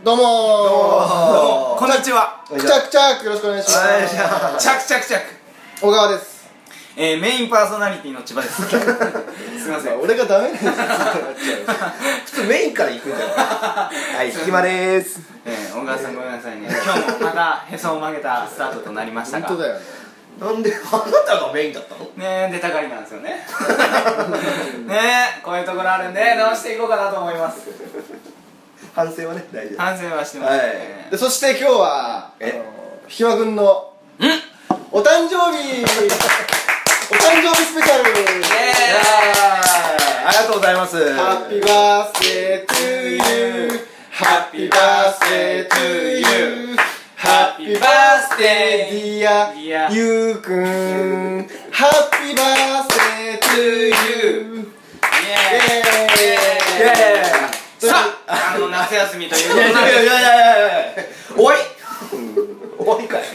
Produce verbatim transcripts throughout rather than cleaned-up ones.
どうもー。 どうもこんにちは。 くちゃくちゃくよろしくお願いします。 チャクチャクチャク。 小川です。 えー、メインパーソナリティの千葉です。すいません。 俺がダメなんですよ。 普通メインから行くんじゃない。はい、ひきまでーす。 えー、小川さんごめんなさいね。今日もまたへそを曲げたスタートとなりましたが。 本当だよね。 なんであなたがメインだったの？ ねえ、出たがりなんですよね。ねえ、こういうところあるんで直していこうかなと思います。 反省はね、大事。 反省はしてますね。 で、そして今日はえひきまくんのお誕生日お誕生日スペシャル。 イエーイ。 ありがとうございます。 ハッピーバースデートゥーユー、ハッピーバースデートゥーユー、ハッピーバースデーディアゆうくん、ハッピーバースデートゥーユー。 イエーイ。 イエーイ。 イエーイ。 さあ、あの夏休みということいやいなんでやいやいやいやいや終わり終わりかい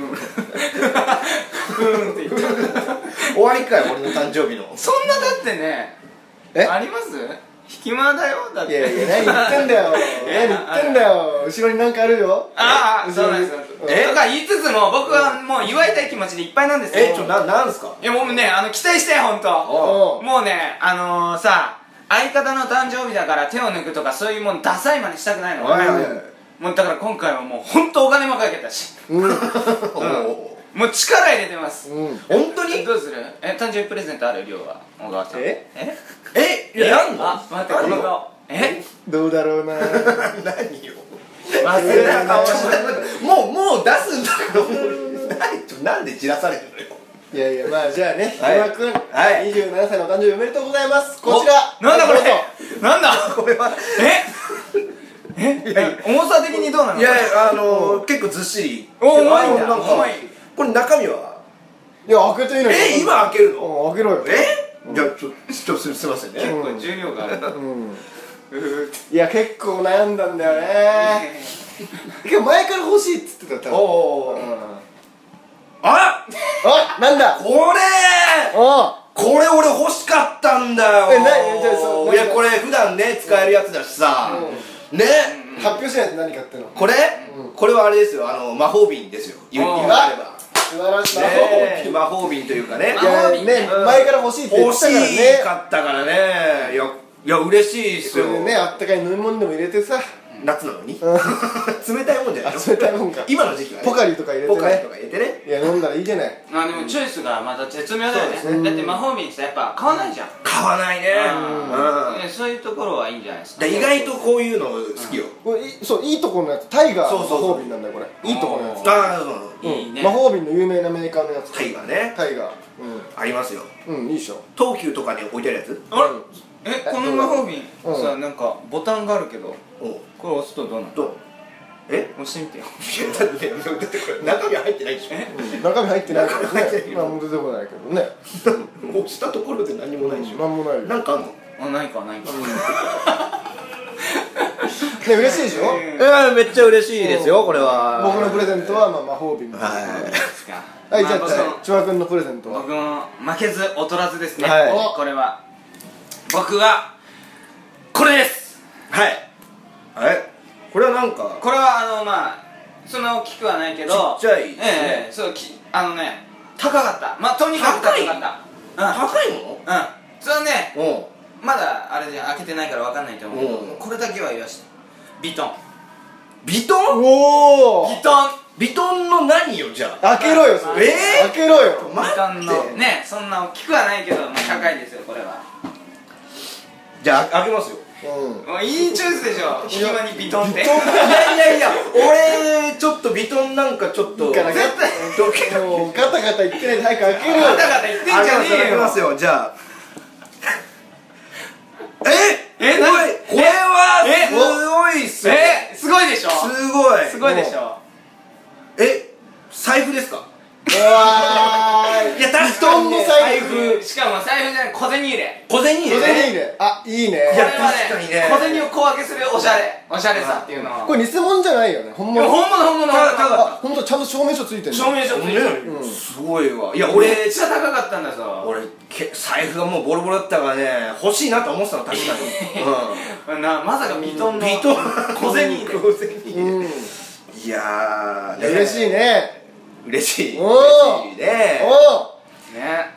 うんって言っちゃう。 終わりかい俺の誕生日の。 そんなだってね、 えあります？引き間だよ、だって。 いやいや、何言ってんだよ。何言ってんだよ。後ろになんかあるよ。 ああ、そうなんですよ。 えとか言いつつも、僕はもう祝いたい気持ちでいっぱいなんですよ。 え、ちょ、な、なんすか？ いや、もうね、あの、期待して、ほんと。 おうもうね、あのー、さ、相方の誕生日だから手を抜くとかそういうもんダサい真似したくないの。 はいはいはい。 もうだから今回はもうほんとお金もかけたし。 うん。 うん。もう力入れてます。 うん。 本当に？ どうする？え、誕生日プレゼントある？量は。小川さん。 えええ、いや、やんの？ あ、待って、この顔。えどうだろうな。 何よ。 忘れた顔してる。 もう、もう出すんだけど、もう、何ちょ、なんでじらされるのよ。 いやいや、まあじゃあね、 はいひまくん、 はいにじゅうななさいのお誕生日おめでとうございます。こちら。 なんだこれどうぞ。 なんだこれは、 ええ重さ的にどうなの？ いやいや、あのー、結構ずっしり。 お重いんだあのなんか重い。 これ中身は？ いや、開けていいのよ。 え、今開けるの？ うん、開けろよ。 え？じゃあ、ちょ、ちょ、すすいませんね。 結構重量がある。 うん。いや、結構悩んだんだよね。今日前から欲しいっつってた多分。 おー。 うん。 あ、 あ、なんだ。 これあこれ俺欲しかったんだよ。 えなじゃあそういや、これ普段ね、使えるやつだしさ。ね。 発表しないと何買ってんの。 これうんこれはあれですよ、あの、魔法瓶ですよ。言うおー言われば。 素晴らしい。 ねえ、魔法瓶というかね。 いやね、 うん前から欲しいって言っ欲てたからしね。 かったからね。いや、いや、嬉しいっすよ。 それでね、あったかい飲み物でも入れてさ。 夏なのにん冷たいもんじゃないの？ 冷たいもんか。 今の時期はね。 ポカリとか入れてね。 ポカリとか入れてね。 いや、飲んだらいいじゃない。 あ、でもチョイスがまた絶妙だよね。 そうですねだって魔法瓶ってやっぱ買わないじゃん。 買わないね。 うんうん。 ね、そういうところはいいんじゃないですか。 で意外とこういうの好きよ。 これいそう、いいとこのやつ、タイガーの魔そうそうそう法瓶なんだよ、これ。いいとこのやつ。 ああ、そういいね。 魔法瓶の有名なメーカーのやつ。 タイガーね。 タイガー。 ありますよ。 うん。うん、いいでしょ。 東急とかに置いてあるやつ。 あれえ、この魔法瓶うんさ、なんかボタンがあるけど、 おうこれ押すとどうなる？ どう？え？ 押してみてよ。 いやだってだってこれ中身入ってないでしょ。 うん中身入ってないから中身入ってないね。まあ、もう出てこないけどね。 押したところで何もないでしょ。 なんもないよ。 なんかあんの？ あ、ないかないか。 ね、嬉しいでしょ。 ええめっちゃ嬉しいですよこれは。 僕のプレゼントは、まあ、魔法瓶。ははい。 ですか。 い、じゃあ、 まじゃあ僕千葉君のプレゼントもは。 僕も負けず劣らずですね。 はいこれは僕はこれです。 はい。え？これはなんかこれはあのまあそんな大きくはないけど、 ちっちゃいですねええそうきあのね高かった。まあとにかく高かった。うん高いもうん。それはねの？ まだあれじゃ開けてないからわかんないと思うけど、 うんこれだけは言わして。ビトン。 ビトン？ おお。 ビトン。 ビトンの何よじゃあ。 開けろよ、それ。 えー開けろよ。 ビ待ってトンのねそんな大きくはないけど、まあ高いですよこれは。 じゃあ開けますよ。 うん。 もういいチョイスでしょ。ひまにビトンって。 いやいやいや、俺ちょっとビトンなんかちょっといいから絶対どけもうガタガタ言ってないで早く開けるよ。 ガタガタ言ってんじゃねえよ。 開けますよ。じゃあ。え？ えこれこれはえすごいっすよ。 えすごいでしょ。 すごい。 すごいでしょ。 え、財布ですか？ うわーい。 いや確布団の財布。 しかも財布じゃない小銭入れ。 小銭銭入れ小銭入ね。 れあいいねいやこれはね確かにね小銭を小分けするおしゃれおしゃれさっていうのはこれ偽物じゃないよね本物いや本物本物ただただあ本当ちゃんと証明書ついてる証明書ついてるうんすごいわ。いやめ俺っちゃ高かったんだぞ俺け財布がもうボロボロだったからね欲しいなと思ってたの確かに。 なまさかビトンのビトン小銭入れ小銭入れうんいやー嬉しいね嬉しいおー嬉しいね。 おね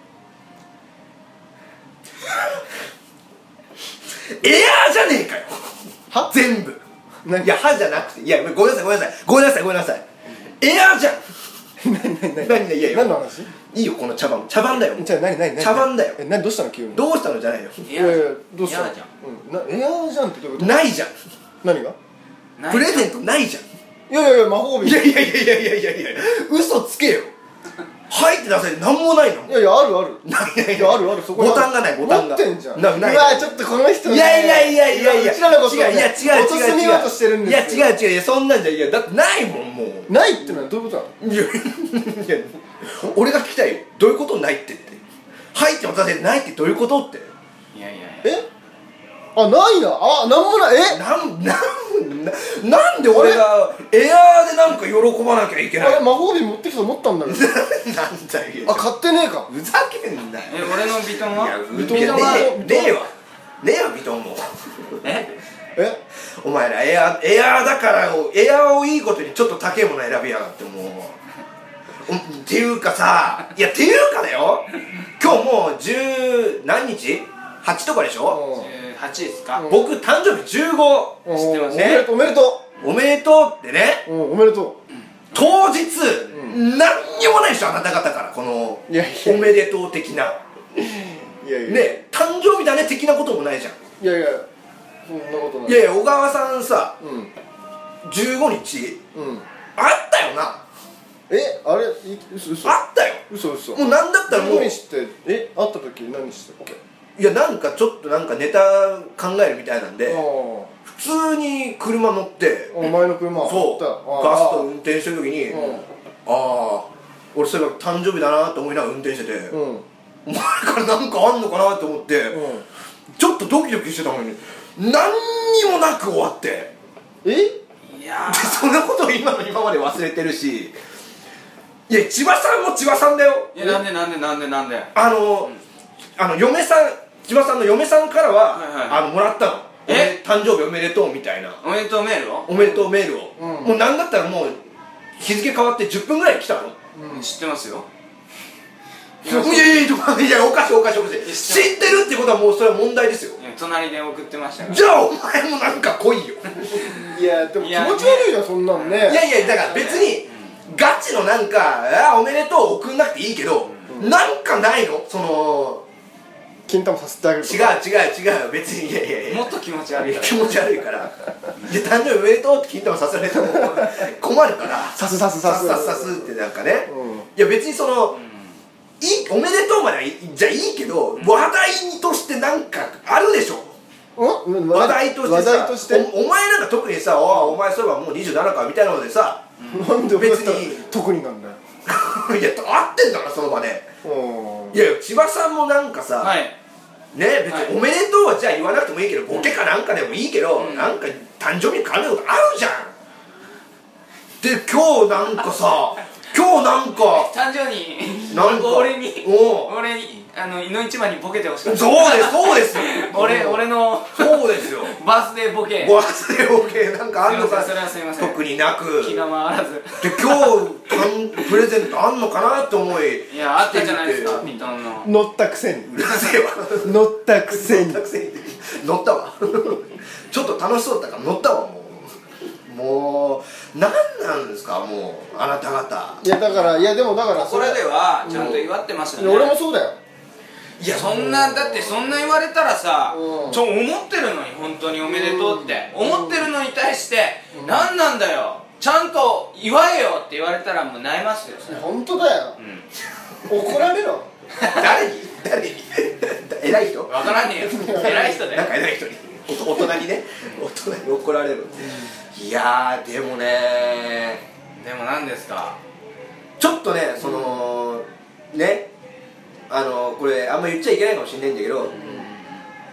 エアーじゃねえかよは全部。 何いや歯じゃなくていやごめんなさいごめんなさいごめんなさいごめんなさいエアーじゃん。 何何何何いやいや何の話いいよこの茶番茶番だよ。 じゃあ何何何茶番だよえ何どうしたの急にどうしたのじゃないよ。 いいやいやどうしたの嫌じゃんうんなエアーじゃんってどういうことないじゃん。 何がないプレゼントないじゃん。 いやいやいや魔法瓶いやいやいやいやいやいやいや嘘つけよ。はいって出せなんもないの。 いやいやあるあるないないいやあるあるそこにあるボタンがないボタンが持ってんじゃんなないうわちょっとこの人ねいやいやいやいやいやうちらのことをね違ういや違う違う違う落としめようとしてるんですよいや違う違ういやそんなんじゃいやだってないもんもうないってのはどういうことなのいやいや俺が聞きたいよどういうことないってってはいって渡せないってどういうことっていやいやいやえあないなあなんもないえなんなんななんで俺がエアーでなんか喜ばなきゃいけないあれ魔法瓶持ってきたと思ったんだけどなんだよあ買ってねえかふざけんなよえ俺のビトンいやはビトンビトンはねえねえわねえわビトンもええお前らエアエアーだからをエアーをいいことにちょっと高いもの選びやがってもううんっていうかさいやっていうかだよ今日もう十何日はちとかでしょうんじゅうはちですかうん僕誕生日じゅうごうん知ってますおめでとうおめでとおめでとうってねううんおめでと当日、 ん何にもないでしょあなた方からこのいやいやおめでとう的なういやいやね誕生日だね的なこともないじゃんいやいやそんなことないいやいや小川さんさうんじゅうごにちうんあったよなえあれい嘘嘘あったよ嘘嘘もうなんだったらもう何してえ会った時何してたっけいやなんかちょっとなんかネタ考えるみたいなんであ普通に車乗ってあお前の車そうあガスト運転してる時にあうんあ俺そういえば誕生日だなと思いながら運転しててうんお前からなんかあんのかなと思ってうんちょっとドキドキしてたのに何にもなく終わってえいやでそんなことを今の今まで忘れてるしいや千葉さんも千葉さんだよいやなんでなんでなんでなんであの、あの嫁さん千葉さんの嫁さんからは、 はいはいはいあのもらったのえ誕生日おめでとうみたいなおめでとうメールをおめでとうメールを、 うんもうなんだったらもう日付変わってじゅっぷんぐらい来たのうん知ってますよいやいやいやいやおかしいおかしいおかしい知ってるってことはもうそれは問題ですよいや隣で送ってましたからじゃあお前もなんか来いよいやでもいや気持ち悪いじゃんそんなんねいやいやだから別にガチのなんかあおめでとう送んなくていいけど、なんかないのその金玉させてあげる違う違う違う別にいやいやいやもっと気持ち悪いから気持ち悪いからで誕生日おめでとうって金玉させられても困るからさすさすさすさすさすさすってなんかね、 うんいや別にその、いいおめでとうまではいじゃあいいけど、話題としてなんかあるでしょうん話題としてさ話題としておお前なんか特にさおお前そういえばもうにじゅうななかみたいなのでさなんで俺だったら別に特になんだよいや合ってんだからその場でうんいや千葉さんもなんかさ、 はいね別におめでとうはじゃあ言わなくてもいいけどボケかなんかでもいいけど、 うんなんか誕生日に絡めることあるじゃんで今日なんかさ今日なんか誕生日になんか俺におう俺にあの井の一番にボケてほしかったそうですそうですよ俺俺のそうですよバースデーボケご忘れ OK なんかあんのかすいませんそれはすいません特になく気が回らずで今日たんプレゼントあんのかなと思いいやあったじゃないですかしてみてビトンの乗ったくせにうるせえわ乗ったくせに乗ったくせに乗ったわちょっと楽しそうだったから乗ったわもうもう何なんですかもうあなた方いやだからいやでもだからこれではちゃんと祝ってましたねいや俺もそうだよいやそんなだってそんな言われたらさうんちょ思ってるのに本当におめでとうって思ってるのに対して何なんだよちゃんと祝えよって言われたらもう萎えますよそれ本当だようん怒られろ誰に誰に偉い人分からねえよ偉い人だよなんか偉い人にお大人にね大人に怒られる、いやーでもねでも何ですかちょっとねその、ねあのこれあんま言っちゃいけないかもしれないんだけど、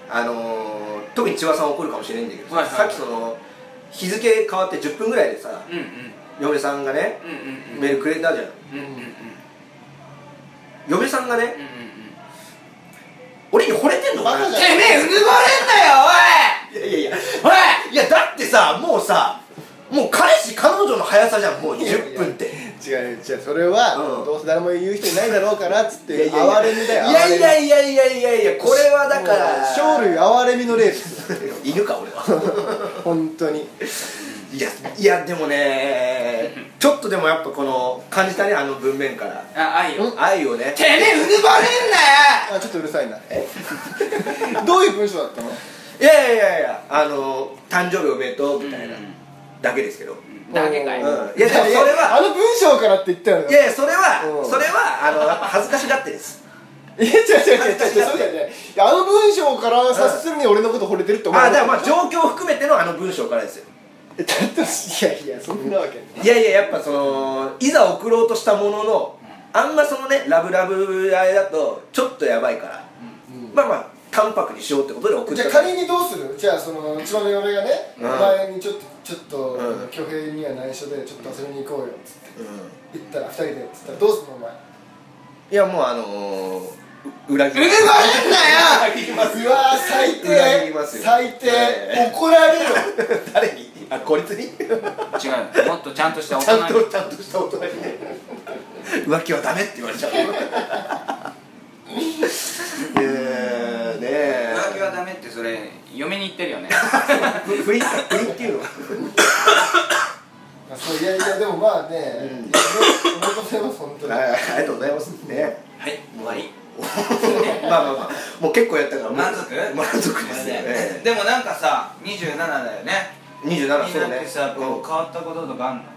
あのー、特に千葉さん怒るかもしれないんだけどさ、 はいはいはいさっきその日付変わってじゅっぷんぐらいでさ、 うんうん嫁さんがね、 うんうんうんメールくれたじゃん。 うんうんうん嫁さんがね、 うんうん俺に惚れてんのかな。 バカじゃんてめえうぬぼれんなよおいいやいやいやおいいやだってさ、もうさ、もう彼氏彼女の速さじゃん、もうじゅっぷんって。 違う違う、それは、 うんどうせ誰も言う人いないだろうからっつっていやいやいや哀れみだよ。 いやいやいいやいやいやいや、これはだから生類哀れみの例です犬か俺は。 本当に。 いやいやでもね、ちょっとでもやっぱこの感じたね、あの文面からあ愛よ愛をね。 てめえうぬぼれんなよあ、ちょっとうるさいな。えどういう文章だったの？ いやいやいやいや、あの誕生日おめでとうみたいなだけですけど、 だけかいうん、いやでもそれはあの文章からって言ったよね。 いやいや、それはうんそれはあのやっぱ恥ずかしがってですいや違う違う違う違う、そうだよね。いやあの文章から察するに俺のこと惚れてるって思う。 あ、だからまあ状況を含めてのあの文章からですよ。 だっていやいや、そんなわけない。 いやいや、やっぱそのいざ送ろうとしたものの、あんまそのねラブラブあれだとちょっとやばいから、まあまあ淡白にしようってことで送った。 じゃあ仮にどうする？じゃあその千葉の嫁がね、 うんお前にちょっとちょっとうん挙兵には内緒でちょっと遊びに行こうよっつってうん言ったら二人でっつったらどうすんのお前？ いやもうあのー、裏切うぬぼれんなよ裏切りますうわー最低裏切りますよ最低、 え怒られる誰に？あ、こいつに？ 違うもっとちゃんとした大ちゃん人にとちゃんとした大人にね、浮気はダメって言われちゃう。いやーねえ、 浮気はダメってそれ嫁に言ってるよね不不倫不倫っていうのはあそういやいやでもまあね、 うんいやおめでとうございます本当に。 はい、ありがとうございますね。 はい終わりまあまあまあ、もう結構やったからもう満足満足ですよね。 でもなんかさにじゅうななだよねにじゅうなな、 にそうねなってさこううん変わったこととかあんの？